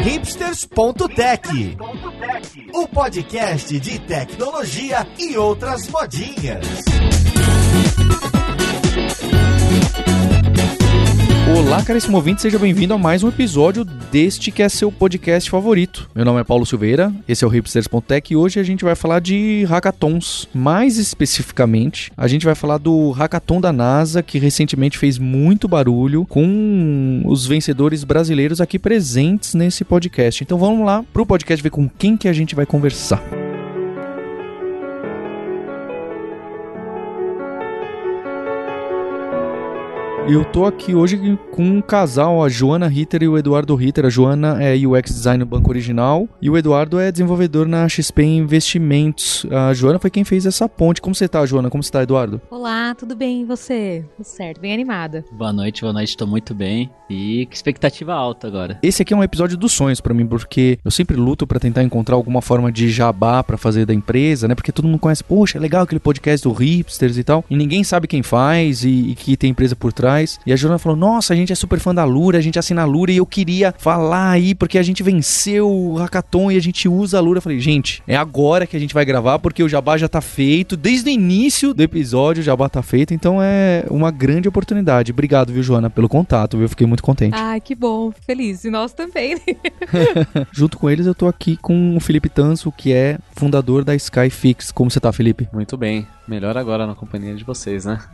hipsters.tech, o podcast de tecnologia e outras modinhas. Olá, caríssimo ouvinte, seja bem-vindo a mais um episódio deste que é seu podcast favorito. Meu nome é Paulo Silveira, esse é o hipsters.tech e hoje a gente vai falar de hackathons. Mais especificamente, a gente vai falar do hackathon da NASA, que recentemente fez muito barulho, com os vencedores brasileiros aqui presentes nesse podcast. Então vamos lá pro podcast ver com quem que a gente vai conversar. Eu tô aqui hoje com um casal, a Joana Ritter e o Eduardo Ritter. A Joana é UX Design no Banco Original e o Eduardo é desenvolvedor na XP Investimentos. A Joana foi quem fez essa ponte. Como você tá, Joana? Como você tá, Eduardo? Olá, tudo bem? E você? Tudo certo, bem animada. Boa noite, tô muito bem. E que expectativa alta agora. Esse aqui é um episódio dos sonhos pra mim, porque eu sempre luto pra tentar encontrar alguma forma de jabá pra fazer da empresa, né? Porque todo mundo conhece, poxa, é legal aquele podcast do Hipsters e tal, e ninguém sabe quem faz e que tem empresa por trás. E a Joana falou, nossa, a gente é super fã da Lura, a gente assina a Lura e eu queria falar aí, porque a gente venceu o hackathon e a gente usa a Lura. Eu falei, gente, é agora que a gente vai gravar, porque o jabá já tá feito, desde o início do episódio o jabá tá feito, então é uma grande oportunidade. Obrigado, viu, Joana, pelo contato, viu? Eu fiquei muito contente. Ai, que bom, feliz. E nós também. Junto com eles eu tô aqui com o Felipe Tanso, que é fundador da Skyfix. Como você tá, Felipe? Muito bem. Melhor agora na companhia de vocês, né?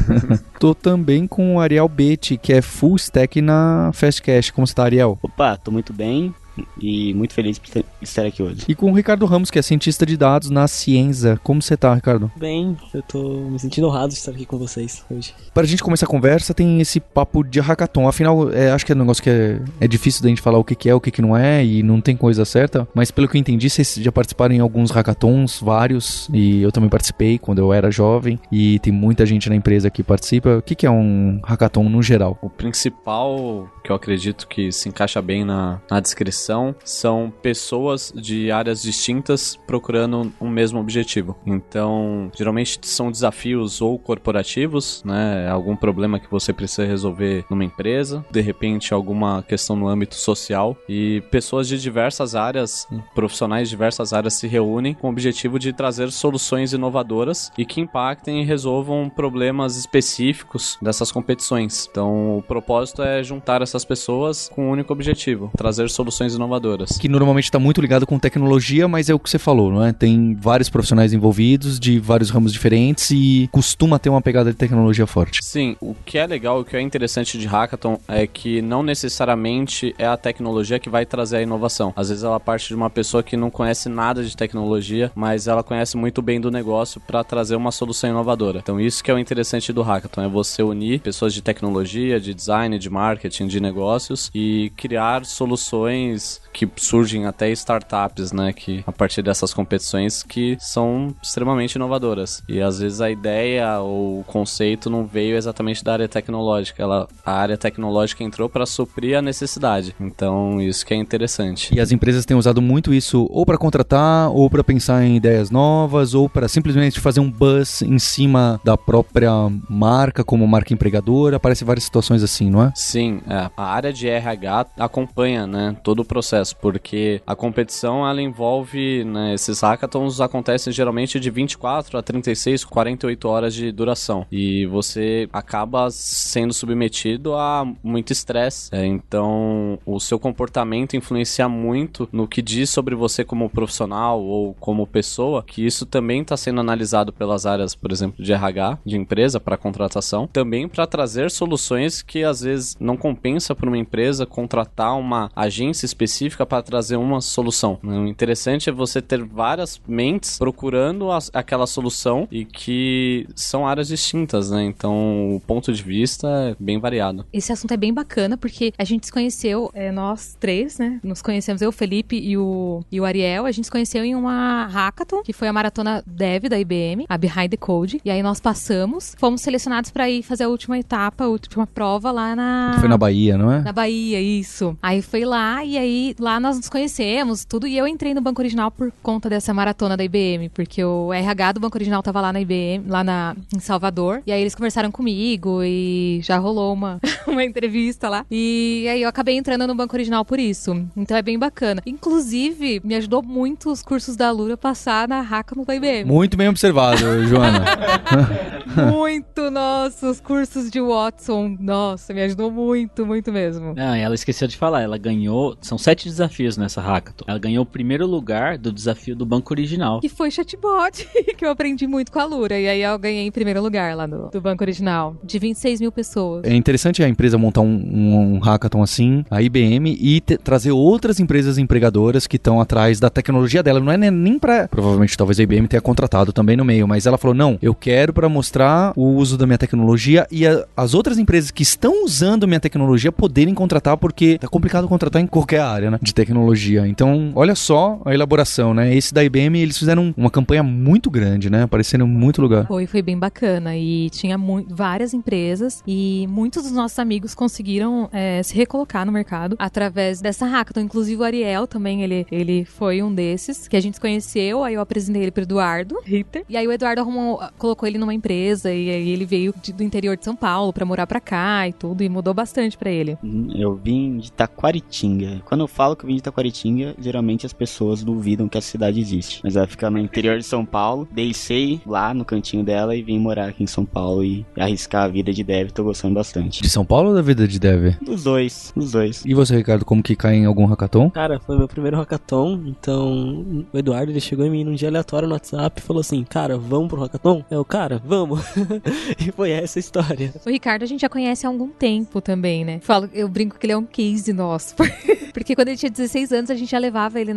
Tô também com o Ariel Betti, que é full stack na Fastcash. Como você tá, Ariel? Opa, tô muito bem e muito feliz por estar aqui hoje. E com o Ricardo Ramos, que é cientista de dados na Cienza. Como você tá, Ricardo? Bem, eu tô me sentindo honrado de estar aqui com vocês hoje. Pra gente começar a conversa, tem esse papo de hackathon. Afinal, acho que é um negócio que é difícil da gente falar o que é, o que não é, e não tem coisa certa. Mas pelo que eu entendi, vocês já participaram em alguns hackathons, vários, e eu também participei quando eu era jovem, e tem muita gente na empresa que participa. O que é um hackathon no geral? O principal, que eu acredito que se encaixa bem na descrição, são pessoas de áreas distintas procurando um mesmo objetivo. Então, geralmente são desafios ou corporativos, né? Algum problema que você precisa resolver numa empresa, de repente alguma questão no âmbito social, e pessoas de diversas áreas, profissionais de diversas áreas se reúnem com o objetivo de trazer soluções inovadoras e que impactem e resolvam problemas específicos dessas competições. Então, o propósito é juntar essas pessoas com um único objetivo, trazer soluções inovadoras. Que normalmente está muito ligado com tecnologia, mas é o que você falou, não é? Tem vários profissionais envolvidos de vários ramos diferentes e costuma ter uma pegada de tecnologia forte. Sim, o que é legal, o que é interessante de hackathon é que não necessariamente é a tecnologia que vai trazer a inovação. Às vezes ela parte de uma pessoa que não conhece nada de tecnologia, mas ela conhece muito bem do negócio para trazer uma solução inovadora. Então isso que é o interessante do hackathon, é você unir pessoas de tecnologia, de design, de marketing, de negócios e criar soluções que surgem até startups, né, que a partir dessas competições que são extremamente inovadoras. E às vezes a ideia ou o conceito não veio exatamente da área tecnológica, a área tecnológica entrou para suprir a necessidade. Então isso que é interessante. E as empresas têm usado muito isso ou para contratar, ou para pensar em ideias novas, ou para simplesmente fazer um buzz em cima da própria marca, como marca empregadora. Aparecem várias situações assim, não é? Sim, a área de RH acompanha, né, todo o processo, porque a competição ela envolve, né, esses hackathons acontecem geralmente de 24 a 36, 48 horas de duração e você acaba sendo submetido a muito estresse, então o seu comportamento influencia muito no que diz sobre você como profissional ou como pessoa, que isso também está sendo analisado pelas áreas, por exemplo, de RH, de empresa para contratação, também para trazer soluções que às vezes não compensa para uma empresa contratar uma agência específica para trazer uma solução. O interessante é você ter várias mentes procurando aquela solução e que são áreas distintas, né? Então o ponto de vista é bem variado. Esse assunto é bem bacana porque a gente se conheceu, nós três, né? Nos conhecemos, eu, o Felipe e o Ariel. A gente se conheceu em uma hackathon, que foi a maratona Dev da IBM, a Behind the Code. E aí nós passamos, fomos selecionados para ir fazer a última etapa, a última prova lá na... Foi na Bahia, não é? Na Bahia, isso. Aí foi lá e aí aí lá nós nos conhecemos, tudo, e eu entrei no Banco Original por conta dessa maratona da IBM, porque o RH do Banco Original tava lá na IBM, em Salvador, e aí eles conversaram comigo e já rolou uma entrevista lá, e aí eu acabei entrando no Banco Original por isso. Então é bem bacana. Inclusive, me ajudou muito os cursos da Alura a passar na Hackathon da IBM. Muito bem observado, Joana. Muito, nossa, os cursos de Watson, nossa, me ajudou muito, muito mesmo. Não, ela esqueceu de falar, ela ganhou, são 7 desafios nessa hackathon. Ela ganhou o primeiro lugar do desafio do Banco Original. Que foi chatbot, que eu aprendi muito com a Alura, e aí eu ganhei em primeiro lugar lá do Banco Original, de 26 mil pessoas. É interessante a empresa montar um hackathon assim, a IBM, e trazer outras empresas empregadoras que estão atrás da tecnologia dela. Não é nem pra... Provavelmente, talvez a IBM tenha contratado também no meio, mas ela falou, não, eu quero pra mostrar o uso da minha tecnologia e as outras empresas que estão usando minha tecnologia poderem contratar, porque tá complicado contratar em qualquer área, né, de tecnologia. Então, olha só a elaboração, né? Esse da IBM, eles fizeram uma campanha muito grande, né? Aparecendo em muito lugar. Foi bem bacana e tinha várias empresas e muitos dos nossos amigos conseguiram se recolocar no mercado através dessa hackathon. Inclusive o Ariel também, ele foi um desses que a gente se conheceu, aí eu apresentei ele pro Eduardo Ritter, e aí o Eduardo colocou ele numa empresa e aí ele veio do interior de São Paulo pra morar pra cá e tudo, e mudou bastante pra ele. Eu vim de Taquaritinga. Quando eu falo que eu vim de Taquaritinga, geralmente as pessoas duvidam que a cidade existe. Mas ela fica no interior de São Paulo. Deixei lá no cantinho dela e vim morar aqui em São Paulo e arriscar a vida de dev. Tô gostando bastante. De São Paulo ou da vida de dev? Dos dois. E você, Ricardo, como que cai em algum hackathon? Cara, foi meu primeiro hackathon, então o Eduardo, ele chegou em mim num dia aleatório no WhatsApp e falou assim, cara, vamos pro hackathon? Cara, vamos. E foi essa a história. O Ricardo a gente já conhece há algum tempo também, né? Eu brinco que ele é um case nosso. Porque quando ele tinha 16 anos, a gente já levava ele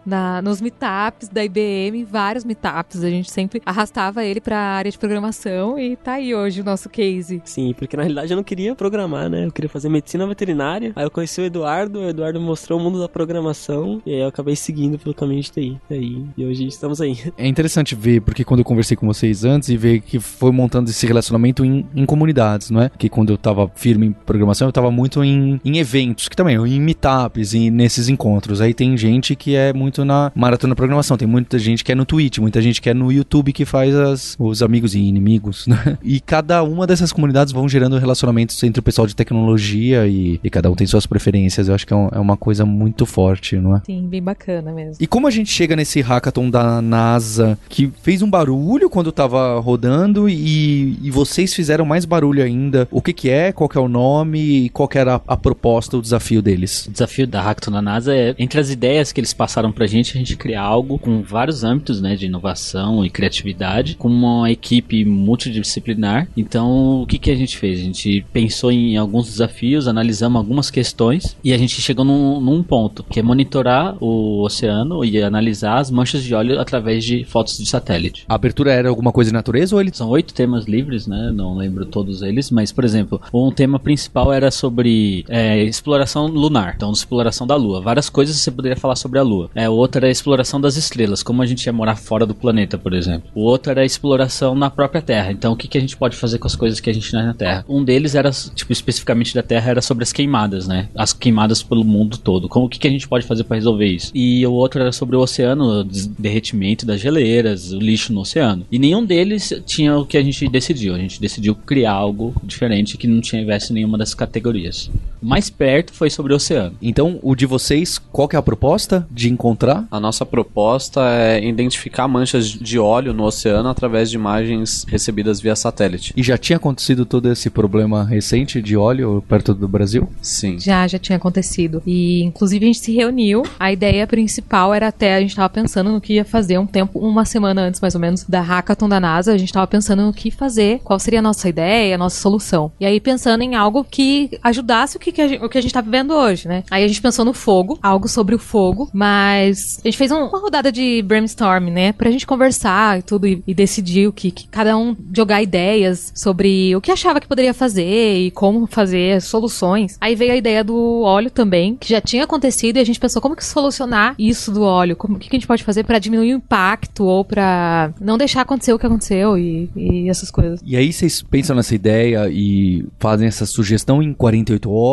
nos meetups da IBM, vários meetups. A gente sempre arrastava ele pra área de programação e tá aí hoje o nosso case. Sim, porque na realidade eu não queria programar, né? Eu queria fazer medicina veterinária. Aí eu conheci o Eduardo me mostrou o mundo da programação e aí eu acabei seguindo pelo caminho de TI. E hoje estamos aí. É interessante ver, porque quando eu conversei com vocês antes e ver que foi montando esse relacionamento em comunidades, não é? Que quando eu tava firme em programação, eu tava muito em eventos, que também, em meetups e nesses encontros. Aí tem gente que é muito na maratona da programação, tem muita gente que é no Twitch, muita gente que é no YouTube que faz os amigos e inimigos, né? E cada uma dessas comunidades vão gerando relacionamentos entre o pessoal de tecnologia e cada um tem suas preferências. Eu acho que é uma coisa muito forte, não é? Sim, bem bacana mesmo. E como a gente chega nesse hackathon da NASA, que fez um barulho quando tava rodando e vocês fizeram mais barulho ainda, o que é, qual que é o nome e qual que era a proposta, o desafio deles? O desafio da hackathon da NASA é, entre as ideias que eles passaram pra gente, a gente criar algo com vários âmbitos, né, de inovação e criatividade, com uma equipe multidisciplinar. Então, o que a gente fez? A gente pensou em alguns desafios, analisamos algumas questões e a gente chegou num ponto, que é monitorar o oceano e analisar as manchas de óleo através de fotos de satélite. A abertura era alguma coisa de natureza ou ele... São 8 temas livres, né? Não lembro todos eles, mas, por exemplo, um tema principal era sobre exploração lunar, então exploração da Lua. Várias coisas você poderia falar sobre a Lua. O outro era a exploração das estrelas, como a gente ia morar fora do planeta, por exemplo. O outro era a exploração na própria Terra, então o que a gente pode fazer com as coisas que a gente não é na Terra. Um deles era, especificamente da Terra, era sobre as queimadas, né? As queimadas pelo mundo todo. O que a gente pode fazer para resolver isso? E o outro era sobre o oceano, o derretimento das geleiras, o lixo no oceano. E nenhum deles tinha o que a gente decidiu. A gente decidiu criar algo diferente que não tivesse nenhuma das categorias. O mais perto foi sobre o oceano. Então, o de vocês, qual que é a proposta de encontrar? A nossa proposta é identificar manchas de óleo no oceano através de imagens recebidas via satélite. E já tinha acontecido todo esse problema recente de óleo perto do Brasil? Sim. Já tinha acontecido. E, inclusive, a gente se reuniu. A ideia principal era a gente tava pensando no que ia fazer uma semana antes, mais ou menos, da hackathon da NASA. A gente tava pensando no que fazer, qual seria a nossa ideia, a nossa solução. E aí, pensando em algo que ajudasse o que a gente tá vivendo hoje, né? Aí a gente pensou no fogo, algo sobre o fogo, mas a gente fez uma rodada de brainstorm, né? Pra gente conversar e tudo, e decidir o que cada um jogar ideias sobre o que achava que poderia fazer e como fazer soluções. Aí veio a ideia do óleo também, que já tinha acontecido, e a gente pensou como que solucionar isso do óleo, o que a gente pode fazer pra diminuir o impacto ou pra não deixar acontecer o que aconteceu e essas coisas. E aí vocês pensam nessa ideia e fazem essa sugestão em 48 horas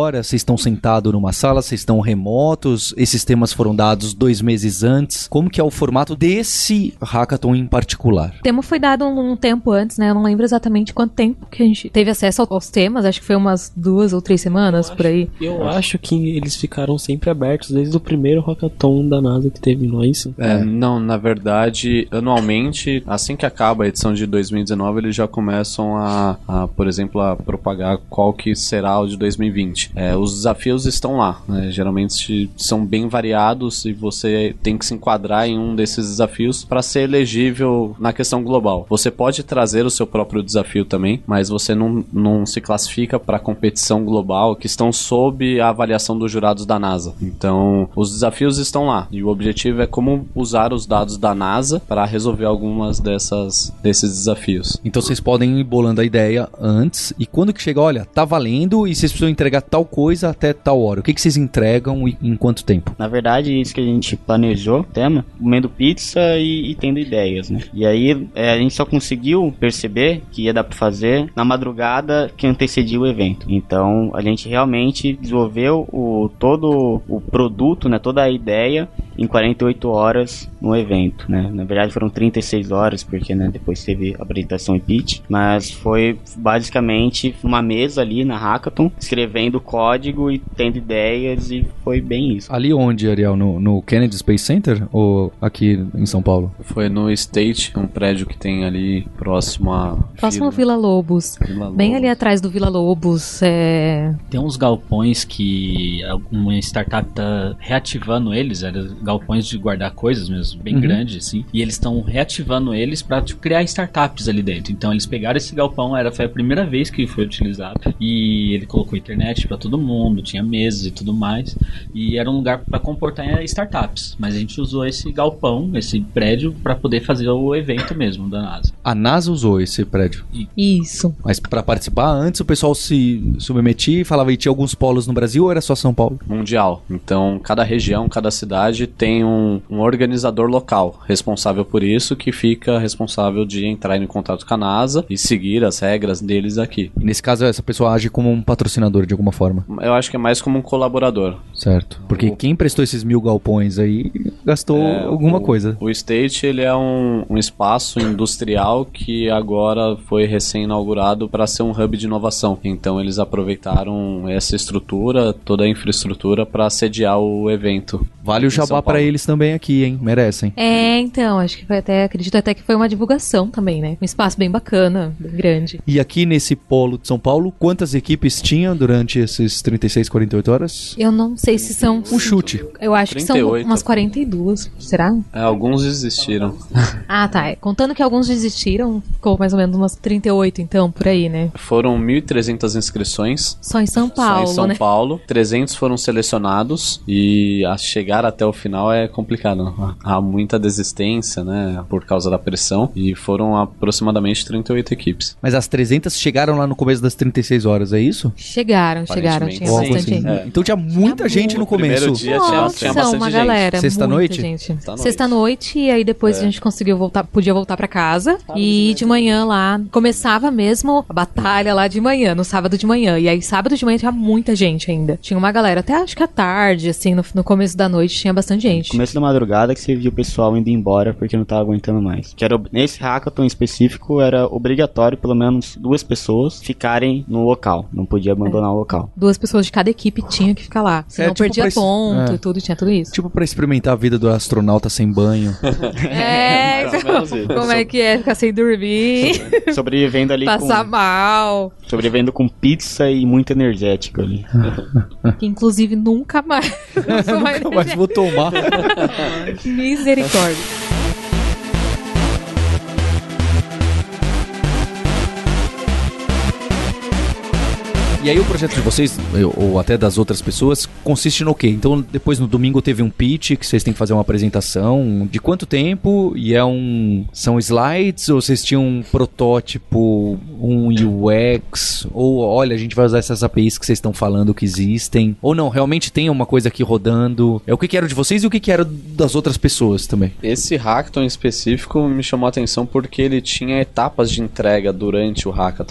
agora? Vocês estão sentados numa sala? Vocês estão remotos? Esses temas foram dados 2 meses antes? Como que é o formato desse hackathon em particular? O tema foi dado um tempo antes, né? Eu não lembro exatamente quanto tempo que a gente teve acesso aos temas. Acho que foi umas 2 ou 3 semanas, por aí. Eu acho que eles ficaram sempre abertos desde o primeiro hackathon da NASA que teve, não é isso? Não, na verdade, anualmente, assim que acaba a edição de 2019, eles já começam por exemplo, a propagar qual que será o de 2020. Os desafios estão lá, né? Geralmente são bem variados e você tem que se enquadrar em um desses desafios para ser elegível na questão global. Você pode trazer o seu próprio desafio também, mas você não se classifica para a competição global que estão sob a avaliação dos jurados da NASA. Então, os desafios estão lá e o objetivo é como usar os dados da NASA para resolver algumas desses desafios. Então vocês podem ir bolando a ideia antes e quando que chega, olha, tá valendo e vocês precisam entregar tal coisa até tal hora. O que vocês entregam e em quanto tempo? Na verdade, isso que a gente planejou, o tema, comendo pizza e tendo ideias, né? E aí, a gente só conseguiu perceber que ia dar pra fazer na madrugada que antecedia o evento. Então, a gente realmente desenvolveu todo o produto, né? Toda a ideia em 48 horas no evento, né? Na verdade, foram 36 horas, porque, né, depois teve apresentação e pitch, mas foi basicamente uma mesa ali na Hackathon, escrevendo código e tendo ideias, e foi bem isso. Ali onde, Ariel? No Kennedy Space Center ou aqui em São Paulo? Foi no State, um prédio que tem ali próximo a... Próximo ao Vila Lobos. Bem ali atrás do Vila Lobos. Tem uns galpões que uma startup tá reativando eles, eram galpões de guardar coisas mesmo, bem grandes, assim, e eles estão reativando eles pra criar startups ali dentro. Então eles pegaram esse galpão, foi a primeira vez que foi utilizado, e ele colocou internet pra todo mundo, tinha mesas e tudo mais, e era um lugar pra comportar startups, mas a gente usou esse galpão, esse prédio, pra poder fazer o evento mesmo da NASA. A NASA usou esse prédio? Isso. Mas pra participar, antes o pessoal se submetia e falava, e tinha alguns polos no Brasil ou era só São Paulo? Mundial. Então, cada região, cada cidade tem um organizador local responsável por isso, que fica responsável de entrar em contato com a NASA e seguir as regras deles aqui. E nesse caso, essa pessoa age como um patrocinador de alguma forma? Eu acho que é mais como um colaborador. Certo. Porque quem prestou esses 1000 galpões aí gastou alguma coisa. O State, ele é um espaço industrial que agora foi recém-inaugurado para ser um hub de inovação. Então eles aproveitaram essa estrutura, toda a infraestrutura, para sediar o evento. Vale o jabá para eles também aqui, hein? Merecem. Então, acho que acredito até que foi uma divulgação também, né? Um espaço bem bacana, bem grande. E aqui nesse polo de São Paulo, quantas equipes tinham durante esses 36, 48 horas? Eu não sei se são... Um chute. Eu acho 38. Que são umas 42, será? Alguns desistiram. Tá. Contando que alguns desistiram, ficou mais ou menos umas 38, então, por aí, né? Foram 1.300 inscrições. Só em São Paulo, Só em São Paulo. 300 foram selecionados e a chegar até o final é complicado. Há muita desistência, né? Por causa da pressão. E foram aproximadamente 38 equipes. Mas as 300 chegaram lá no começo das 36 horas, é isso? Chegaram. Tinha bastante gente. Então tinha muita gente no começo. Primeiro dia tinha bastante uma gente. Galera. Sexta-noite? Sexta-noite, e aí depois a gente conseguiu podia voltar pra casa. E de manhã lá, começava mesmo a batalha lá de manhã, no sábado de manhã. E aí sábado de manhã tinha muita gente ainda. Tinha uma galera, até acho que à tarde, assim, no começo da noite tinha bastante gente. No começo da madrugada que você viu o pessoal indo embora porque não tava aguentando mais. Que era, nesse hackathon específico, era obrigatório pelo menos 2 pessoas ficarem no local. Não podia abandonar o local. 2 pessoas de cada equipe tinham que ficar lá. Senão tipo perdia ponto e tudo, tinha tudo isso. Tipo pra experimentar a vida do astronauta sem banho. Como é que é ficar sem dormir? Sobrevivendo ali Passar mal. Sobrevivendo com pizza e muito energético ali. Que inclusive nunca mais. Nunca mais vou tomar. Misericórdia. E aí o projeto de vocês, ou até das outras pessoas, consiste no quê? Então depois no domingo teve um pitch que vocês têm que fazer uma apresentação. De quanto tempo? E são slides? Ou vocês tinham um protótipo, um UX? Ou olha, a gente vai usar essas APIs que vocês estão falando que existem? Ou não, realmente tem uma coisa aqui rodando? É o que era de vocês e o que era das outras pessoas também? Esse hackathon em específico me chamou a atenção porque ele tinha etapas de entrega durante o hackathon.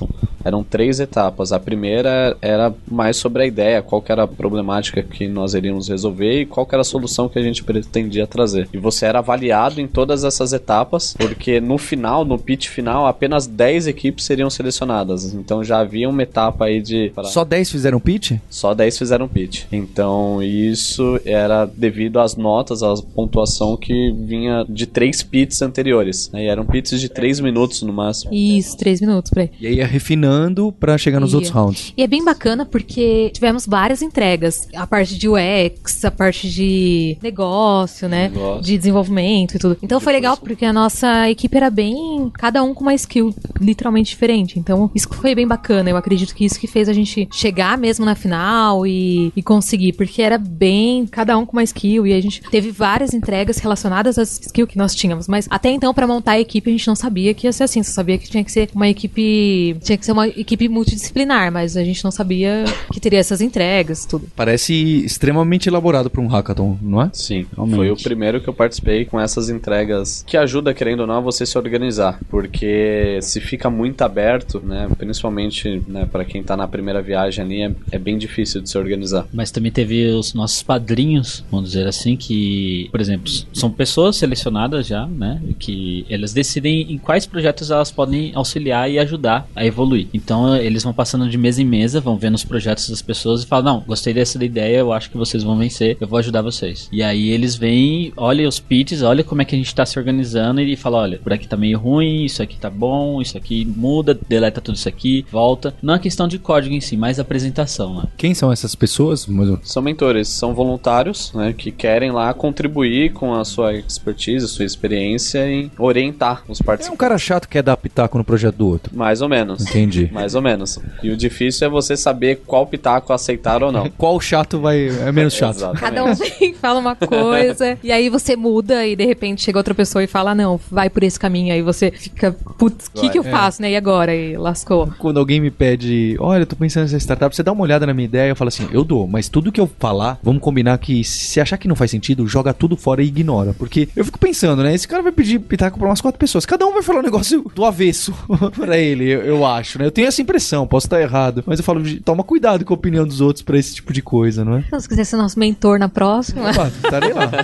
Eram 3 etapas. A primeira era mais sobre a ideia, qual que era a problemática que nós iríamos resolver e qual que era a solução que a gente pretendia trazer. E você era avaliado em todas essas etapas, porque no final, no pitch final, apenas 10 equipes seriam selecionadas. Então já havia uma etapa aí de... Só 10 fizeram pitch? Só 10 fizeram pitch. Então isso era devido às notas, à pontuação que vinha de 3 pitches anteriores. E eram pitches de 3 minutos no máximo. Isso, 3 minutos por aí. E aí ia refinando pra chegar nos outros rounds. E é bem bacana porque tivemos várias entregas. A parte de UX, a parte de negócio, né? De desenvolvimento e tudo. Então foi legal porque a nossa equipe era bem... Cada um com uma skill literalmente diferente. Então isso foi bem bacana. Eu acredito que isso que fez a gente chegar mesmo na final e conseguir. Porque era bem... Cada um com uma skill. E a gente teve várias entregas relacionadas às skills que nós tínhamos. Mas até então, pra montar a equipe, a gente não sabia que ia ser assim. Só sabia que tinha que ser uma equipe... Tinha que ser uma equipe multidisciplinar. Mas a gente não sabia que teria essas entregas e tudo. Parece extremamente elaborado pra um hackathon, não é? Sim, foi o primeiro que eu participei com essas entregas que ajuda, querendo ou não, a você se organizar, porque se fica muito aberto, né, principalmente, né, para quem tá na primeira viagem ali, é bem difícil de se organizar. Mas também teve os nossos padrinhos, vamos dizer assim, que, por exemplo, são pessoas selecionadas já, né, que elas decidem em quais projetos elas podem auxiliar e ajudar a evoluir. Então eles vão passando de mesa em mesa, vão vendo os projetos das pessoas e falam, não, gostei dessa ideia, eu acho que vocês vão vencer, eu vou ajudar vocês. E aí eles vêm, olham os pitches, olha como é que a gente tá se organizando e falam, olha, por aqui tá meio ruim, isso aqui tá bom, isso aqui muda, deleta tudo isso aqui, volta. Não é questão de código em si, mas apresentação, né? Quem são essas pessoas? São mentores, são voluntários, né, que querem lá contribuir com a sua expertise, a sua experiência em orientar os participantes. É um cara chato que quer dar pitaco no projeto do outro. Mais ou menos. Entendi. Mais ou menos. E o difícil é você saber qual pitaco aceitar ou não. Qual chato é menos chato. Exatamente. Cada um vem, fala uma coisa, e aí você muda e de repente chega outra pessoa e fala, não, vai por esse caminho. Aí você fica, putz, o que eu faço, né? E agora? E lascou. Quando alguém me pede, olha, eu tô pensando nessa startup, você dá uma olhada na minha ideia, eu falo assim, eu dou, mas tudo que eu falar, vamos combinar que se achar que não faz sentido, joga tudo fora e ignora. Porque eu fico pensando, né? Esse cara vai pedir pitaco pra umas 4 pessoas, cada um vai falar um negócio do avesso pra ele, eu acho, né? Eu tenho essa impressão, posso estar errado, mas eu falo, toma cuidado com a opinião dos outros pra esse tipo de coisa, não é? Então, se quiser ser nosso mentor na próxima... Opa, estarei lá.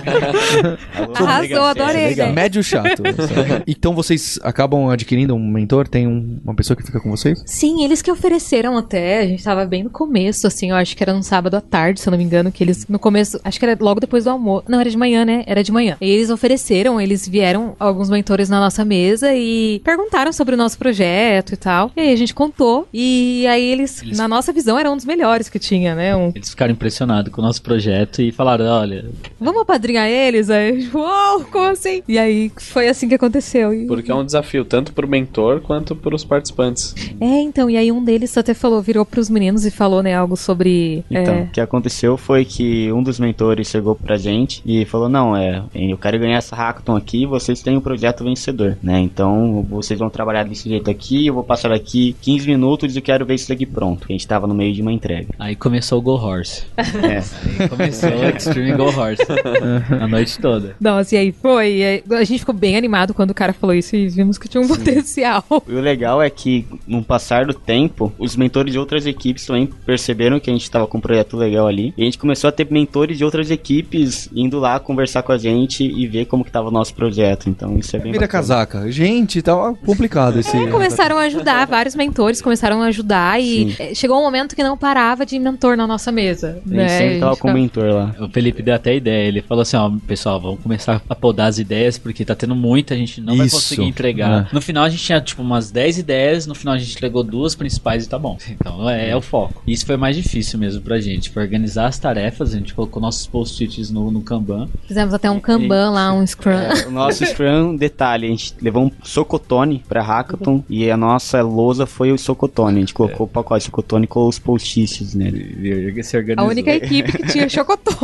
Arrasou, adorei a ideia. Médio chato. Então vocês acabam adquirindo um mentor? Tem uma pessoa que fica com vocês? Sim, eles que ofereceram até, a gente tava bem no começo, assim, eu acho que era num sábado à tarde, se eu não me engano, que eles, no começo, acho que era logo depois do almoço, não, era de manhã, né? Era de manhã. E eles ofereceram, eles vieram, alguns mentores na nossa mesa e perguntaram sobre o nosso projeto e tal. E aí a gente contou, e aí eles na nossa visão, eram um dos melhores que tinha, né? Eles ficaram impressionados com o nosso projeto e falaram, olha... Vamos apadrinhar eles? Aí, uau, como assim? E aí foi assim que aconteceu. Porque é um desafio, tanto pro mentor quanto pros participantes. Então, e aí um deles até falou, virou pros meninos e falou, né, algo sobre... Então, o que aconteceu foi que um dos mentores chegou pra gente e falou, não, eu quero ganhar essa hackathon aqui, vocês têm o projeto vencedor, né? Então, vocês vão trabalhar desse jeito aqui, eu vou passar aqui 15 minutos e quero ver isso daqui pronto. A gente tava no meio de uma entrega. Aí começou o Go Horse. Aí começou o Extreme Go Horse. A noite toda. Nossa, e aí foi. A gente ficou bem animado quando o cara falou isso e vimos que tinha um potencial. E o legal é que, no passar do tempo, os mentores de outras equipes também perceberam que a gente tava com um projeto legal ali. E a gente começou a ter mentores de outras equipes indo lá conversar com a gente e ver como que tava o nosso projeto. Então isso é bem Vira bacana. Casaca. Gente, tava complicado esse... Começaram a ajudar, vários mentores começaram a ajudar e chegou um momento que não parava de mentor na nossa mesa. A gente sempre tava com o mentor lá. O Felipe deu até ideia, ele falou assim, ó, pessoal, vamos começar a podar as ideias, porque tá tendo muita, a gente não vai conseguir entregar. No final a gente tinha, tipo, umas 10 ideias, no final a gente entregou 2 principais e tá bom. Então é o foco. Isso foi mais difícil mesmo pra gente, pra organizar as tarefas, a gente colocou nossos post-its no Kanban. Fizemos até um Kanban lá, um Scrum. O nosso Scrum, detalhe, a gente levou um Socotone pra Hackathon e a nossa lousa foi o Socotone. A gente colocou o pacote de Socotone com os post-its nele. Se organizou. A única equipe que tinha Chocotone.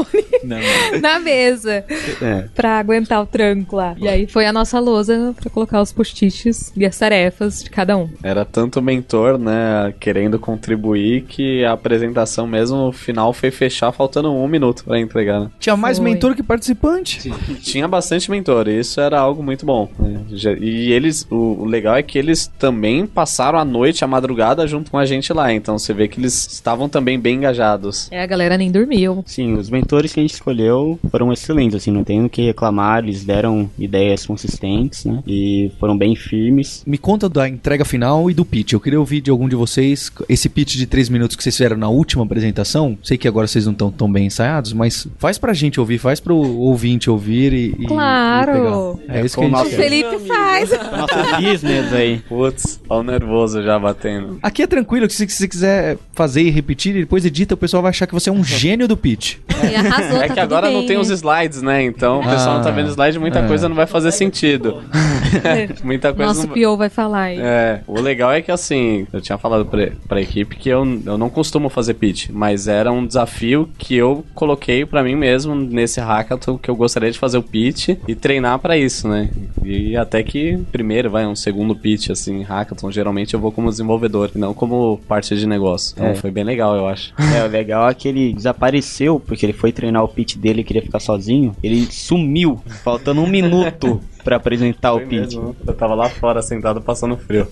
na mesa. Pra aguentar o tranco lá. E aí foi a nossa lousa pra colocar os post-its e as tarefas de cada um. Era tanto mentor, né, querendo contribuir, que a apresentação mesmo, no final, foi fechar faltando 1 minuto pra entregar, né? Tinha mais mentor que participante. Tinha bastante mentor, e isso era algo muito bom, né? E eles, o legal é que eles também passaram a noite, a madrugada, junto com a gente lá, então você vê que eles estavam também bem engajados. A galera nem dormiu. Sim, os mentores que a gente escolheu foram excelentes, assim, não tenho o que reclamar, eles deram ideias consistentes, né, e foram bem firmes. Me conta da entrega final e do pitch. Eu queria ouvir de algum de vocês esse pitch de 3 minutos que vocês fizeram na última apresentação. Sei que agora vocês não estão tão bem ensaiados, mas faz pra gente ouvir, faz pro ouvinte ouvir e claro! É isso que a gente O quer. Felipe faz. Nosso business aí. Putz, ó o nervoso já batendo. Aqui é tranquilo, se você quiser fazer e repetir e depois edita, o pessoal vai achar que você é um gênio do pitch. E arrasou, É tá que tudo agora bem, não tem né? os slides, né? Então o pessoal não tá vendo slide, muita coisa não vai fazer sentido. Muita coisa Nosso não... PO vai falar aí. O legal é que assim, eu tinha falado pra equipe que eu não costumo fazer pitch, mas era um desafio que eu coloquei pra mim mesmo nesse hackathon, que eu gostaria de fazer o pitch e treinar pra isso, né? E até que primeiro vai um segundo pitch, assim, hackathon, geralmente eu vou como desenvolvedor, e não como parte de negócio. Então foi bem legal, eu acho. O legal é que ele desapareceu, porque ele foi treinar o pitch dele e queria ficar sozinho. Ele sumiu, faltando 1 minuto pra apresentar o pitch. Mesmo. Eu tava lá fora, sentado, passando frio.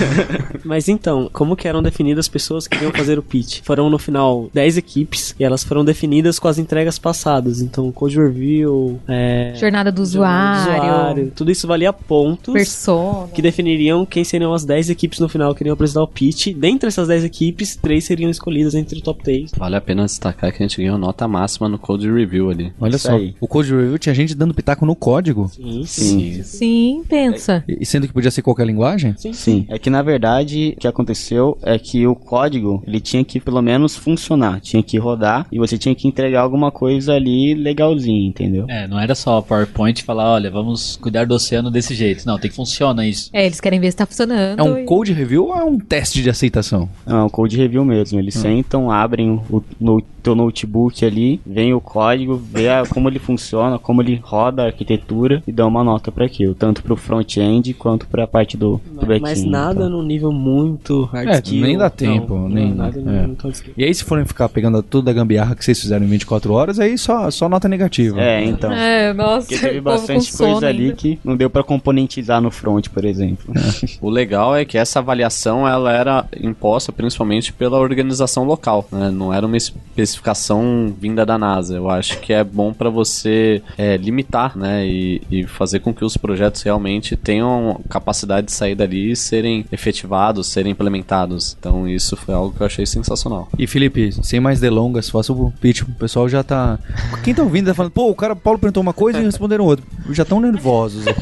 Mas então, como que eram definidas as pessoas que iam fazer o pitch? Foram no final 10 equipes e elas foram definidas com as entregas passadas. Então, code review, Jornada do usuário, tudo isso valia pontos persona. que definiriam quem seriam as 10 equipes no final que iriam apresentar o pitch. Dentre essas 10 equipes, 3 seriam escolhidas entre o top 10. Vale a pena destacar que a gente ganhou nota máxima no code review ali. Olha Isso só, aí. o code review tinha gente dando pitaco no código. Sim. Sim, pensa. E sendo que podia ser qualquer linguagem? Sim, é que na verdade o que aconteceu é que o código ele tinha que pelo menos funcionar, tinha que rodar e você tinha que entregar alguma coisa ali legalzinha, entendeu? Não era só PowerPoint e falar, olha, vamos cuidar do oceano desse jeito. Não, tem que funcionar isso. Eles querem ver se tá funcionando. É um code review ou é um teste de aceitação? Não, é um code review mesmo, eles sentam, abrem o teu notebook ali, vem o código, vê como ele funciona, como ele roda a arquitetura e dá uma nota para aquilo, tanto pro front-end quanto pra parte do back-end. Mas nada então. no nível muito hard skill. Nem dá tempo. Nada muito hard skill. E aí se forem ficar pegando toda a gambiarra que vocês fizeram em 24 horas, aí só nota negativa. Então. Nossa, Porque teve o povo bastante com sono coisa ali ainda. que não deu pra componentizar no front, por exemplo. O legal é que essa avaliação ela era imposta principalmente pela organização local, né? Não era uma especificação vinda da NASA. Eu acho que é bom para você limitar, né? E fazer com que os projetos realmente tenham capacidade de sair dali e serem efetivados, serem implementados. Então isso foi algo que eu achei sensacional. E Felipe, sem mais delongas, faça o pitch. O pessoal já tá... Quem tá ouvindo tá falando, pô, o Paulo perguntou uma coisa e responderam outra. Já tão nervosos aqui.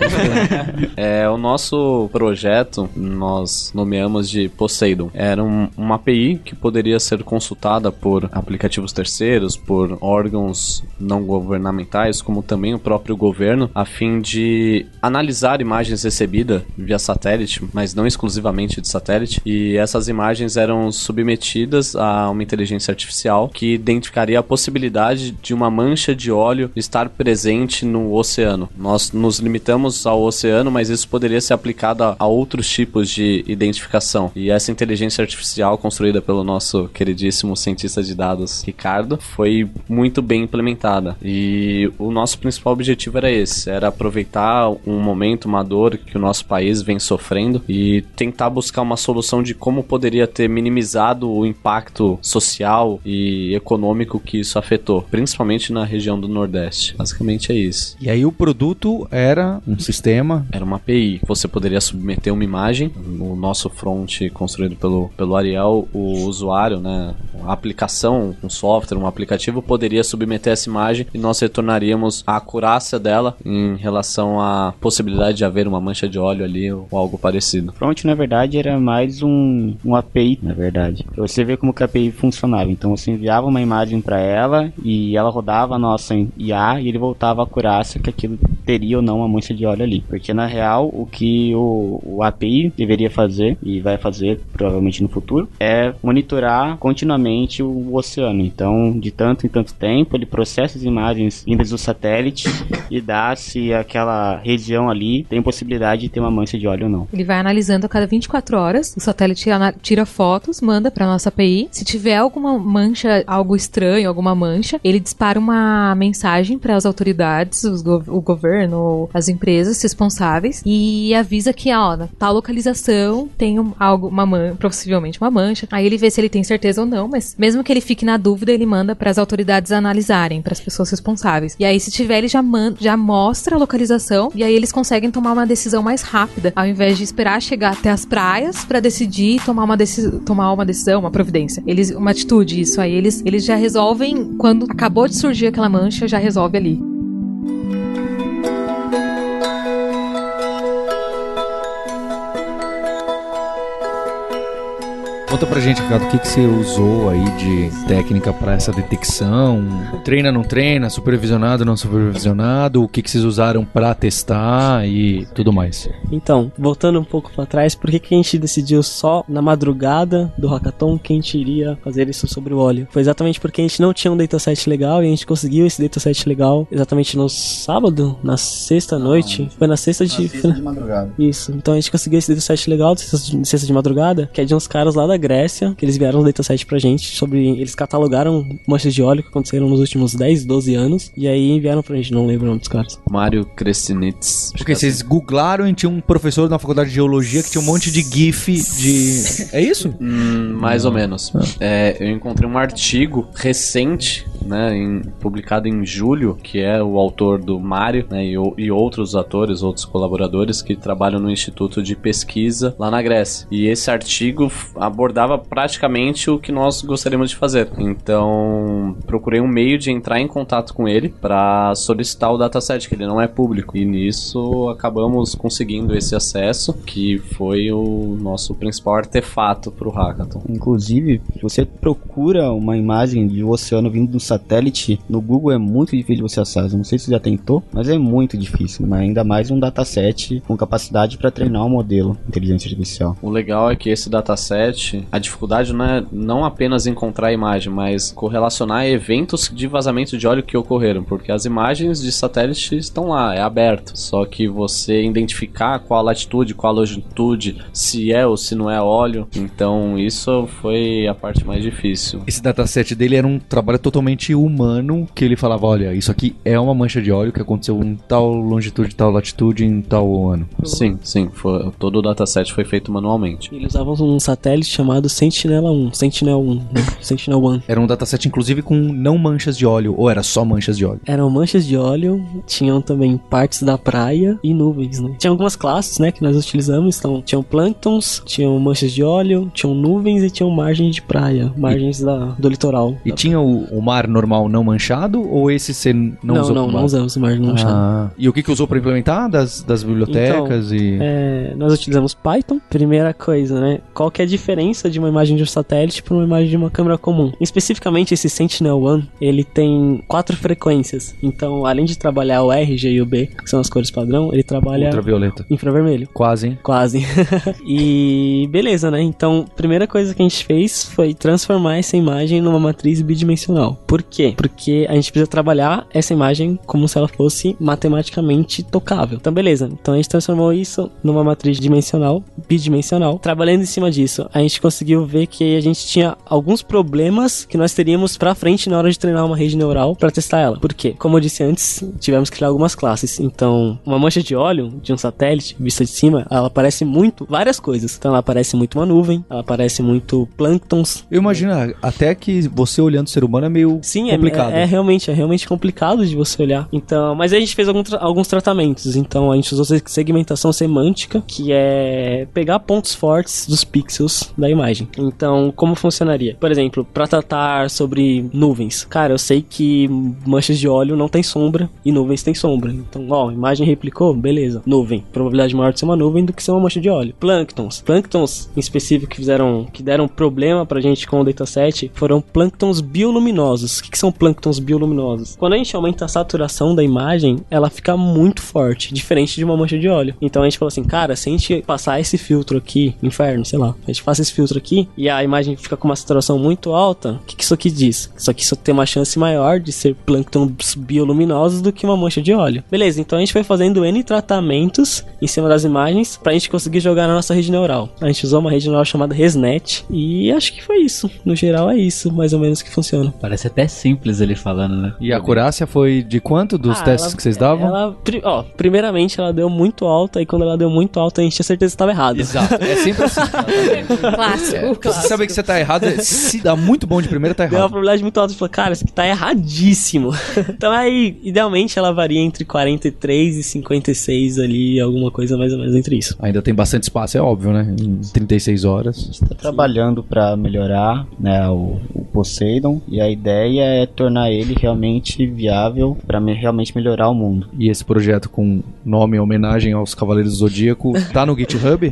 O nosso projeto nós nomeamos de Poseidon. Era uma API que poderia ser consultada por aplicativos terceiros, por órgãos não governamentais, como também o próprio governo, a fim de analisar imagens recebidas via satélite, mas não exclusivamente de satélite, e essas imagens eram submetidas a uma inteligência artificial que identificaria a possibilidade de uma mancha de óleo estar presente no oceano. Nós nos limitamos ao oceano, mas isso poderia ser aplicado a outros tipos de identificação. E essa inteligência artificial construída pelo nosso queridíssimo cientista de dados, Ricardo, foi muito bem implementada. E o nosso principal objetivo era esse, era aproveitar um momento, uma dor que o nosso país vem sofrendo e tentar buscar uma solução de como poderia ter minimizado o impacto social e econômico que isso afetou, principalmente na região do Nordeste. Basicamente é isso. E aí o produto era um sistema... Era uma API. Você poderia submeter uma imagem. No nosso front construído pelo Ariel, o usuário, né, a aplicação, um software, um aplicativo, poderia submeter essa imagem e nós retornaríamos a acurácia dela em relação à possibilidade de haver uma mancha de óleo ali ou algo parecido. Front, na verdade, era mais um API, na verdade. Você vê como que a API funcionava. Então, você enviava uma imagem para ela e ela rodava a nossa IA e ele voltava a acurácia que aquilo teria ou não uma mancha de óleo ali. Porque na real, o que o API deveria fazer, e vai fazer provavelmente no futuro, é monitorar continuamente o oceano. Então, de tanto em tanto tempo, ele processa as imagens vindas do satélite e dá se aquela região ali tem possibilidade de ter uma mancha de óleo ou não. Ele vai analisando a cada 24 horas, o satélite tira fotos, manda pra nossa API. Se tiver alguma mancha, algo estranho, alguma mancha, ele dispara uma mensagem para as autoridades, o governo, as empresas responsáveis, e avisa que, na tal localização tem possivelmente uma mancha. Aí ele vê se ele tem certeza ou não, mas mesmo que ele fique na dúvida, ele manda para as autoridades analisarem, para as pessoas responsáveis. E aí, se tiver, ele já mostra a localização, e aí eles conseguem tomar uma decisão mais rápida, ao invés de esperar chegar até as praias para decidir tomar uma decisão, uma providência. Uma atitude, isso aí. Eles já resolvem, quando acabou de surgir aquela mancha, já resolve ali. Conta pra gente, Ricardo, o que você usou aí de técnica pra essa detecção? Treina, não treina? Supervisionado, não supervisionado? O que vocês usaram pra testar e tudo mais? Então, voltando um pouco pra trás, por que a gente decidiu só na madrugada do Hackathon que a gente iria fazer isso sobre o óleo? Foi exatamente porque a gente não tinha um dataset legal e a gente conseguiu esse dataset legal exatamente no sábado, na sexta noite. Foi na sexta de madrugada. Isso. Então a gente conseguiu esse dataset legal de sexta de madrugada, que é de uns caras lá da Grécia, que eles vieram um dataset pra gente eles catalogaram manchas de óleo que aconteceram nos últimos 10, 12 anos, e aí enviaram pra gente, não lembro o nome dos caras. Mário Crescinitz. Porque vocês googlaram e tinha um professor na faculdade de geologia que tinha um monte de GIF de... É isso? Mais ou menos. Eu encontrei um artigo recente, né, publicado em julho, que é o autor do Mário, né, e outros atores, outros colaboradores que trabalham no Instituto de Pesquisa lá na Grécia. E esse artigo abordava praticamente o que nós gostaríamos de fazer. Então, procurei um meio de entrar em contato com ele para solicitar o dataset, que ele não é público. E nisso acabamos conseguindo esse acesso, que foi o nosso principal artefato para o Hackathon. Inclusive, se você procura uma imagem de um oceano vindo do satélite, no Google é muito difícil você acessar. Não sei se você já tentou, mas é muito difícil. Mas ainda mais um dataset com capacidade para treinar um modelo de inteligência artificial. O legal é que esse dataset, a dificuldade não é não apenas encontrar a imagem, mas correlacionar eventos de vazamento de óleo que ocorreram, porque as imagens de satélite estão lá, é aberto. Só que você identificar qual a latitude, qual a longitude, se é ou se não é óleo, então isso foi a parte mais difícil. Esse dataset dele era um trabalho totalmente humano, que ele falava, olha, isso aqui é uma mancha de óleo que aconteceu em tal longitude, tal latitude, em tal ano. Sim, todo o dataset foi feito manualmente. Eles usavam um satélite chamado Sentinel-1. Era um dataset, inclusive, com não manchas de óleo, ou era só manchas de óleo? Eram manchas de óleo, tinham também partes da praia e nuvens, né? Tinha algumas classes, né, que nós utilizamos, então tinham plânctons, tinham manchas de óleo, tinham nuvens e tinham margens de praia, margens do litoral. E tinha o mar normal não manchado, ou esse você não usou? Não usamos o mar não manchado. E o que usou para implementar das bibliotecas? Então, nós utilizamos Python. Primeira coisa, né, qual que é a diferença de uma imagem de um satélite para uma imagem de uma câmera comum? Especificamente esse Sentinel-1, ele tem 4 frequências, então além de trabalhar o R, G e o B, que são as cores padrão, ele trabalha ultravioleta, infravermelho. Quase, hein? Quase. E beleza, né? Então, primeira coisa que a gente fez foi transformar essa imagem numa matriz bidimensional. Por quê? Porque a gente precisa trabalhar essa imagem como se ela fosse matematicamente tocável. Então, beleza. Então, a gente transformou isso numa matriz bidimensional. Trabalhando em cima disso, a gente conseguiu ver que a gente tinha alguns problemas que nós teríamos pra frente na hora de treinar uma rede neural pra testar ela. Por quê? Como eu disse antes, tivemos que criar algumas classes. Então, uma mancha de óleo de um satélite, vista de cima, ela parece muito várias coisas. Então, ela parece muito uma nuvem, ela parece muito plânctons. Eu imagino, até que você olhando o ser humano é meio complicado. É realmente complicado de você olhar. Então, mas aí a gente fez alguns tratamentos. Então, a gente usou segmentação semântica, que é pegar pontos fortes dos pixels da imagem. Então, como funcionaria? Por exemplo, para tratar sobre nuvens. Cara, eu sei que manchas de óleo não tem sombra e nuvens tem sombra. Então, a imagem replicou, beleza. Nuvem. Probabilidade maior de ser uma nuvem do que ser uma mancha de óleo. Plânctons em específico que deram problema pra gente com o dataset foram plânctons bioluminosos. plânctons. O que são plânctons bioluminosos? Quando a gente aumenta a saturação da imagem, ela fica muito forte, diferente de uma mancha de óleo. Então a gente falou assim, cara, se a gente passar esse filtro aqui, inferno, sei lá, a gente passa esse filtro aqui e a imagem fica com uma saturação muito alta, o que isso aqui diz? Isso aqui só tem uma chance maior de ser plânctons bioluminosos do que uma mancha de óleo. Beleza, então a gente foi fazendo N tratamentos em cima das imagens pra gente conseguir jogar na nossa rede neural. A gente usou uma rede neural chamada ResNet e acho que foi isso. No geral é isso, mais ou menos, que funciona. Parece até simples ele falando, né? E a acurácia foi de quanto dos testes que vocês davam? Primeiramente ela deu muito alta e quando ela deu muito alta a gente tinha certeza que estava errado. Exato, é sempre assim. Clássico. Você sabe que você tá errado, se dá muito bom de primeira, tá Deu uma errado. probabilidade muito alta. Você falou, cara, isso aqui tá erradíssimo. Então aí, idealmente ela varia entre 43 e 56 ali, alguma coisa mais ou menos entre isso. Ainda tem bastante espaço, é óbvio, né? Em 36 horas. Está trabalhando para melhorar, né, o Poseidon, e a ideia é tornar ele realmente viável para realmente melhorar o mundo. E esse projeto com nome em homenagem aos Cavaleiros do Zodíaco tá no GitHub?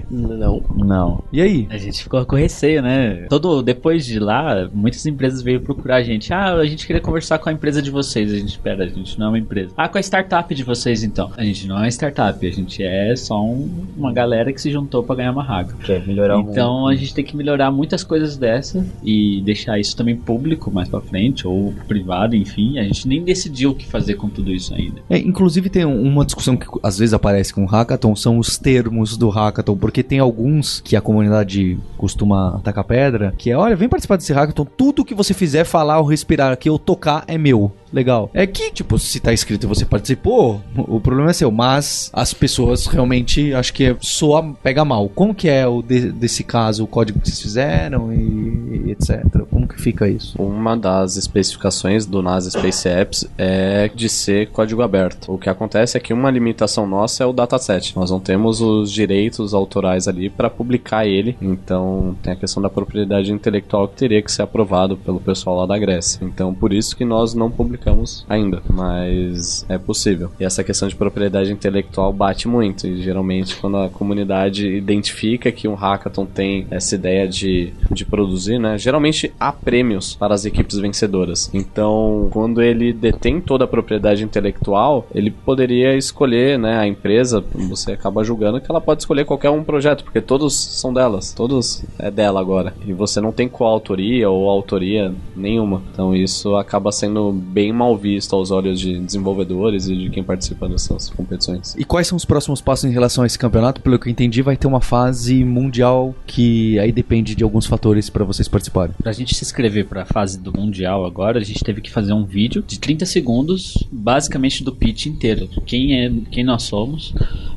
Não. E aí? A gente ficou com receio, né? Depois de lá, muitas empresas veio procurar a gente. A gente queria conversar com a empresa de vocês. A gente não é uma empresa. Com a startup de vocês, então. A gente não é startup, a gente é só uma galera que se juntou pra ganhar uma haga. Quer melhorar o mundo. Então a gente tem que melhorar muitas coisas dessa e deixar isso também público mais pra frente, ou privado, enfim. A gente nem decidiu o que fazer com tudo isso ainda. Inclusive tem uma discussão que às vezes aparece com o Hackathon, são os termos do Hackathon, porque tem alguns que a comunidade costuma tacar pedra, que é, olha, vem participar desse Hackathon, tudo que você fizer, falar ou respirar aqui ou tocar é meu. Legal. É que, tipo, se tá escrito e você participou, o problema é seu, mas as pessoas realmente, acho que pega mal. Como que é desse caso, o código que vocês fizeram e etc? Como que fica isso? Uma das especificações do NASA Space Apps é de ser código aberto. O que acontece é que uma limitação nossa é o dataset. Nós não temos os direitos autorais ali para publicar ele, então tem a questão da propriedade intelectual que teria que ser aprovado pelo pessoal lá da Grécia. Então, por isso que nós não publicamos ainda, mas é possível. E essa questão de propriedade intelectual bate muito, e geralmente quando a comunidade identifica que um hackathon tem essa ideia de produzir, né, geralmente há prêmios para as equipes vencedoras. Então, quando ele detém toda a propriedade intelectual, ele poderia escolher, né, a empresa, você acaba julgando que ela pode escolher qualquer um projeto, porque todos são delas, todos é dela agora, e você não tem coautoria ou autoria nenhuma. Então isso acaba sendo bem mal visto aos olhos de desenvolvedores e de quem participa dessas competições. E quais são os próximos passos em relação a esse campeonato? Pelo que eu entendi, vai ter uma fase mundial que aí depende de alguns fatores para vocês participarem. Pra gente se inscrever pra fase do mundial agora, a gente teve que fazer um vídeo de 30 segundos, basicamente do pitch inteiro. Quem nós somos,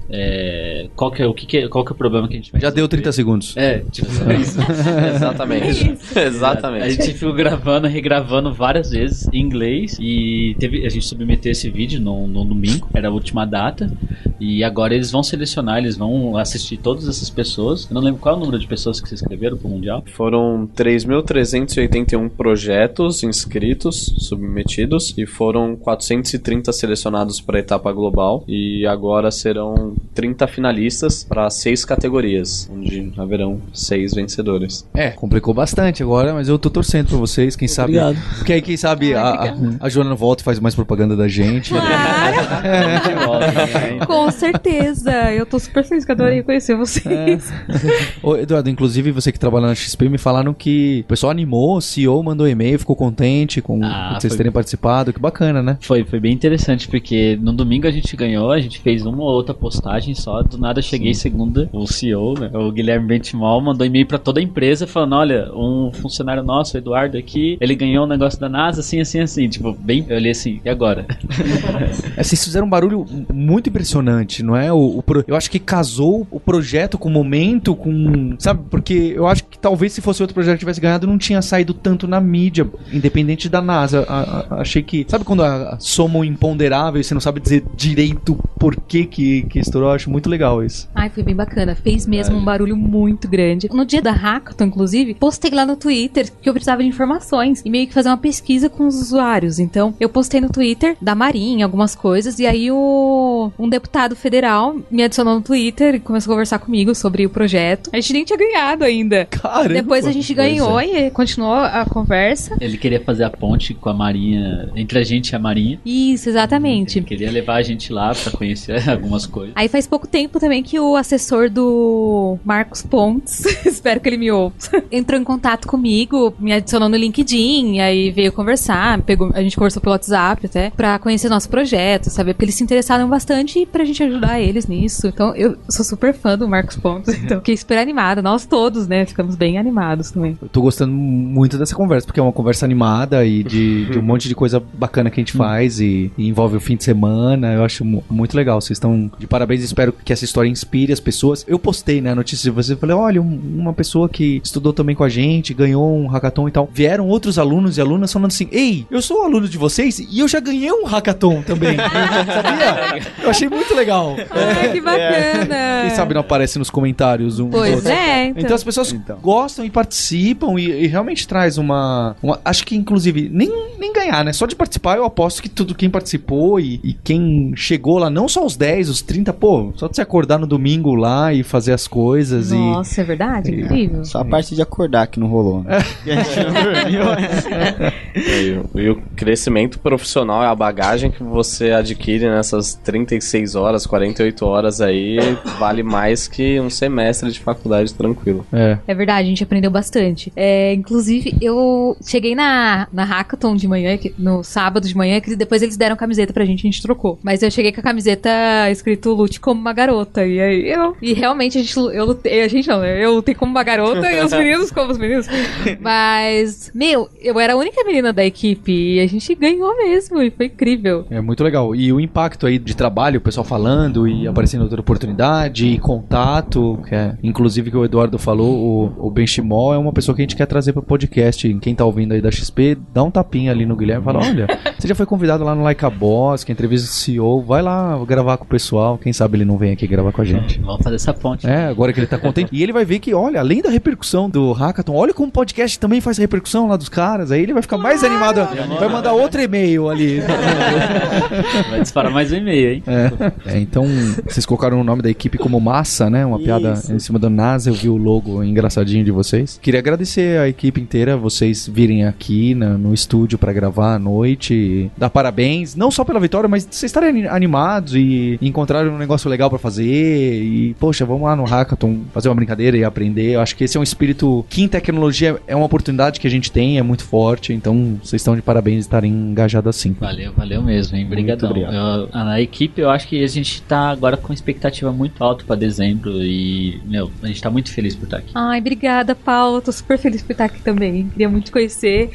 qual que é o problema que a gente vai Já resolver. deu 30 segundos. Tipo isso. Exatamente. Exatamente. A gente ficou regravando várias vezes em inglês e a gente submeteu esse vídeo no domingo, era a última data, e agora eles vão selecionar, eles vão assistir todas essas pessoas. Eu não lembro qual é o número de pessoas que se inscreveram pro Mundial. Foram 3.381 projetos inscritos, submetidos, e foram 430 selecionados para a etapa global, e agora serão 30 finalistas para 6 categorias, onde haverão 6 vencedores. Complicou bastante agora, mas eu tô torcendo pra vocês, quem sabe... Obrigado. Porque quem sabe a Joana volta e faz mais propaganda da gente. Com certeza. Eu tô super feliz que adorei conhecer vocês. Ô, Eduardo, inclusive você que trabalha na XP, me falaram que o pessoal animou, o CEO mandou e-mail, ficou contente com vocês terem participado, que bacana, né? Foi bem interessante, porque no domingo a gente ganhou, a gente fez uma ou outra postagem só, do nada eu cheguei segunda, o CEO, né, o Guilherme Bentimol, mandou e-mail pra toda a empresa falando, olha, um funcionário nosso, o Eduardo aqui, ele ganhou um negócio da NASA, assim, tipo, bem, eu olhei assim, e agora? Vocês fizeram um barulho muito impressionante, não é? Eu acho que casou o projeto com o momento, sabe, porque eu acho que talvez se fosse outro projeto que tivesse ganhado, não tinha saído tanto na mídia, independente da NASA. Achei que, sabe quando soma o imponderável e você não sabe dizer direito por que estourou? estruturou, eu acho muito legal isso. Ai, foi bem bacana. Fez mesmo um barulho muito grande. No dia da Hackathon, inclusive, postei lá no Twitter que eu precisava de informações e meio que fazer uma pesquisa com os usuários. Então, eu postei no Twitter da Marinha algumas coisas e aí um deputado federal me adicionou no Twitter e começou a conversar comigo sobre o projeto. A gente nem tinha ganhado ainda. Caramba! Depois a gente ganhou e continuou a conversa. Ele queria fazer a ponte com a Marinha, entre a gente e a Marinha. Isso, exatamente. Ele queria levar a gente lá pra conhecer algumas coisas. Aí faz pouco tempo também que o assessor do Marcos Pontes, espero que ele me ouça, entrou em contato comigo, me adicionou no LinkedIn, aí veio conversar, a gente conversou pelo WhatsApp até, pra conhecer nosso projeto, sabe? Porque eles se interessaram bastante pra gente ajudar eles nisso. Então, eu sou super fã do Marcos Pontes, então fiquei super animada. Nós todos, né? Ficamos bem animados também. Eu tô gostando muito dessa conversa, porque é uma conversa animada e de um monte de coisa bacana que a gente faz e envolve o fim de semana. Eu acho muito legal. Vocês estão de parabéns, espero que essa história inspire as pessoas. Eu postei, né, a notícia de vocês, falei, olha, uma pessoa que estudou também com a gente, ganhou um hackathon e tal. Vieram outros alunos e alunas falando assim, ei, eu sou aluno de vocês e eu já ganhei um hackathon também. Sabia? Eu achei muito legal. Ai, que bacana! Quem sabe não aparece nos comentários um Pois dos outros. é, Então as pessoas gostam e participam e realmente traz uma... Acho que inclusive nem ganhar, né? Só de participar eu aposto que quem participou e quem chegou lá, não só os 10, os 30, pô, só de se acordar no domingo lá e fazer as coisas. Nossa, é verdade? Incrível. Só a parte de acordar que não rolou, né? E a gente não dormiu. E o crescimento profissional é a bagagem que você adquire nessas 36 horas, 48 horas aí, vale mais que um semestre de faculdade tranquilo. É verdade, a gente aprendeu bastante. Inclusive, eu cheguei na Hackathon de manhã, no sábado de manhã, que depois eles deram camiseta pra gente, a gente trocou. Mas eu cheguei com a camiseta escrito lute como uma garota. E aí E realmente eu lutei como uma garota e os meninos como os meninos. Mas, eu era a única menina da equipe e a gente ganhou mesmo e foi incrível. É muito legal. E o impacto aí de trabalho, o pessoal falando e aparecendo outra oportunidade e contato, inclusive que o Eduardo falou, o Benchimol é uma pessoa que a gente quer trazer pro podcast. Quem tá ouvindo aí da XP, dá um tapinha ali no Guilherme e fala, olha, você já foi convidado lá no Like a Boss, que é entrevista do CEO, vai lá gravar com o pessoal, quem sabe ele não vem aqui gravar com a gente. Vamos fazer essa ponte. Agora que ele tá contente. E ele vai ver que, olha, além da repercussão do Hackathon, olha como o podcast também faz repercussão lá dos caras, aí ele vai ficar mais animado, vai mandar outro e-mail ali. Vai disparar mais um e-mail, hein? Então, vocês colocaram o nome da equipe como Massa, né? Uma piada em cima do NASA, eu vi o logo engraçadinho de vocês. Queria agradecer a equipe inteira, vocês virem aqui no estúdio pra gravar à noite, dar parabéns, não só pela vitória, mas vocês estarem animados e encontrarem um negócio legal pra fazer e, poxa, vamos lá no Hackathon fazer uma brincadeira e aprender. Eu acho que esse é um espírito que em tecnologia é uma oportunidade que a gente tem, é muito forte, então vocês estão de parabéns estarem engajados assim. Valeu mesmo, hein? Obrigadão. A equipe, eu acho que a gente tá agora com expectativa muito alta pra dezembro e, a gente tá muito feliz por estar aqui. Ai, obrigada, Paulo. Tô super feliz por estar aqui também. Queria muito conhecer.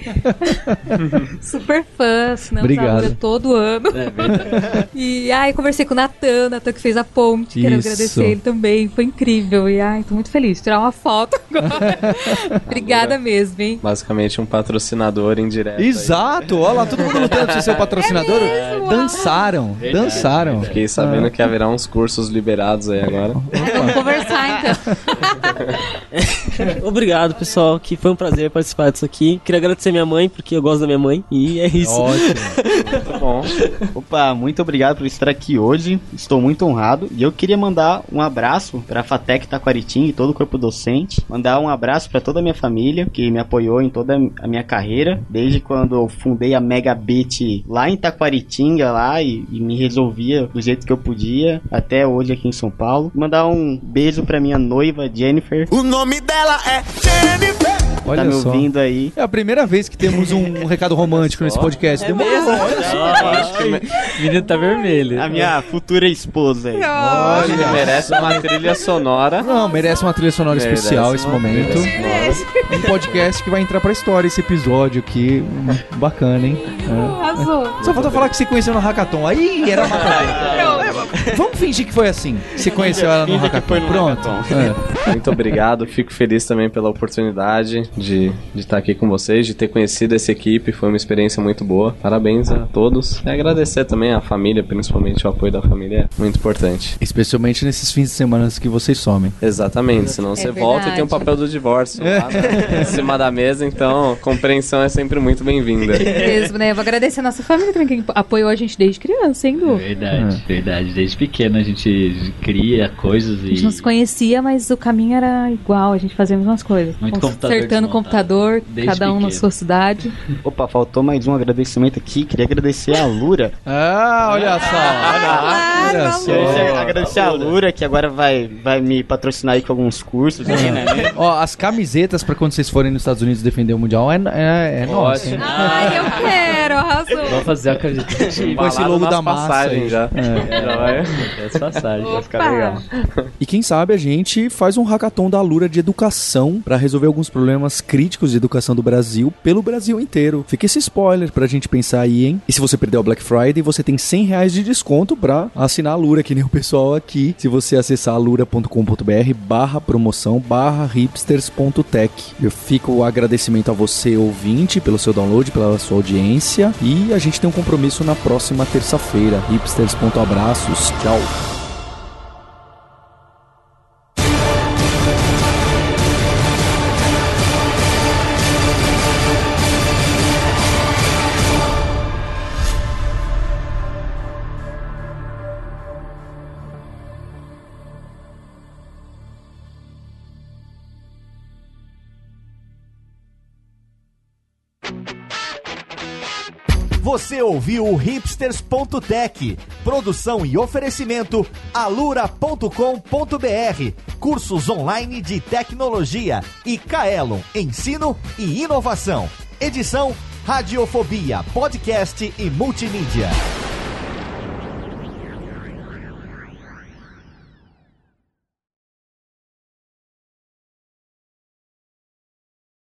Super fã, assinamos a Lura todo ano. É verdade. E, conversei com o Natan que fez a ponte. Quero agradecer ele também. Foi incrível. E, tô muito feliz. Tirar uma foto agora. Obrigada mesmo, hein? Basicamente um patrocinador indireto. Exato. Olha lá, todo mundo lutando pra ser o patrocinador. Dançaram. Fiquei sabendo que haverá uns cursos liberados aí agora. Vamos conversar, então. Obrigado, pessoal, que foi um prazer participar disso aqui. Queria agradecer minha mãe, porque eu gosto da minha mãe, e é isso. Ótimo. Muito bom. Opa, muito obrigado por estar aqui hoje. Estou muito honrado. E eu queria mandar um abraço para a FATEC Taquaritinga e todo o corpo docente. Mandar um abraço para toda a minha família, que me apoiou em toda a minha carreira, desde quando eu fundei a Megabit lá em Taquaritinga lá e me resolvia do jeito que eu podia, até hoje aqui em São Paulo. Mandar um beijo para minha noiva Jennifer. O nome dela é Jennifer. Olha tá me só. ouvindo aí. É a primeira vez que temos um recado romântico nesse podcast. Olha só. O menino tá vermelho. A minha futura esposa aí. Olha, merece uma trilha sonora. Não, merece uma trilha sonora especial esse momento. Um podcast que vai entrar pra história esse episódio aqui. Bacana, hein? Arrasou. Só falta falar que você conheceu no Hackathon. Aí era Hackathon. Vamos fingir que foi assim. Você conheceu ela no Hackathon. Pronto. Muito obrigado, fico feliz também pela oportunidade de estar aqui com vocês, de ter conhecido essa equipe, foi uma experiência muito boa. Parabéns a todos. E agradecer também à família, principalmente o apoio da família é muito importante. Especialmente nesses fins de semana que vocês somem. Exatamente, senão você volta e tem o papel do divórcio lá, né, em cima da mesa, então compreensão é sempre muito bem-vinda. Mesmo, né? Eu vou agradecer a nossa família também, que apoiou a gente desde criança, sem dúvida. Verdade. Desde pequeno a gente cria coisas e... A gente não se conhecia, mas o caminho era igual, a gente fazia as mesmas coisas. Muito computador Consertando o computador, desde cada um pequeno. na sua cidade. Opa, faltou mais um agradecimento aqui. Queria agradecer a Lura. Olha só. Olha só. Queria agradecer a Lura, que agora vai me patrocinar aí com alguns cursos. Aí, né? Ó, as camisetas pra quando vocês forem nos Estados Unidos defender o Mundial é nossa. hein? Ai, eu quero, arrasou. Vamos fazer a camiseta. Com esse logo da massa passagem aí. já. É. Já vai. Essa passagem, vai ficar Opa. legal. E quem sabe a gente faz um hackathon da Lura de educação pra resolver alguns problemas críticos de educação do Brasil pelo Brasil inteiro. Fica esse spoiler pra gente pensar aí, hein? E se você perdeu o Black Friday, você tem R$100 de desconto pra assinar a Lura, que nem o pessoal aqui. Se você acessar alura.com.br/promoção/hipsters.tech. Eu fico o agradecimento a você, ouvinte, pelo seu download, pela sua audiência. E a gente tem um compromisso na próxima terça-feira. Hipsters.abraços. Tchau. Você ouviu o hipsters.tech, produção e oferecimento alura.com.br, cursos online de tecnologia e Kaelon, ensino e inovação. Edição Radiofobia, podcast e multimídia.